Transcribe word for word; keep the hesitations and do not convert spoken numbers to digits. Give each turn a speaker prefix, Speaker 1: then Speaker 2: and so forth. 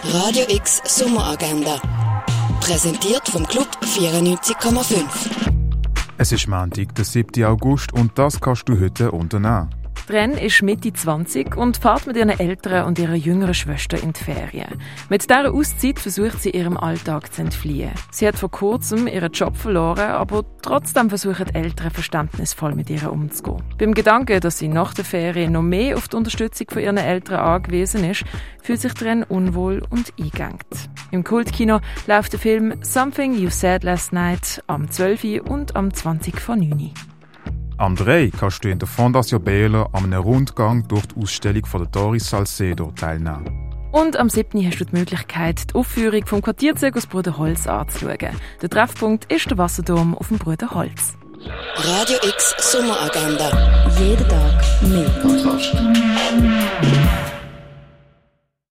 Speaker 1: Radio X Sommeragenda. Präsentiert vom Club vierundneunzig Komma fünf.
Speaker 2: Es ist Montag, der siebten August, und das kannst du heute unternehmen.
Speaker 3: Ren ist Mitte zwanzig und fährt mit ihren Eltern und ihrer jüngeren Schwester in die Ferien. Mit dieser Auszeit versucht sie, ihrem Alltag zu entfliehen. Sie hat vor kurzem ihren Job verloren, aber trotzdem versuchen die Eltern verständnisvoll mit ihr umzugehen. Beim Gedanken, dass sie nach der Ferien noch mehr auf die Unterstützung von ihren Eltern angewiesen ist, fühlt sich Ren unwohl und eingegangen. Im Kultkino läuft der Film «Something You Said Last Night» am zwölf Uhr und am zwanzig vor neun Uhr.
Speaker 2: Am drei kannst du in der Fondation Behler an einem Rundgang durch die Ausstellung von der Doris Salcedo teilnehmen.
Speaker 3: Und am siebten hast du die Möglichkeit, die Aufführung vom Quartierzug aus Bruderholz anzuschauen. Der Treffpunkt ist der Wasserdom auf dem Bruderholz.
Speaker 1: Radio X Sommeragenda. Jeden Tag mehr.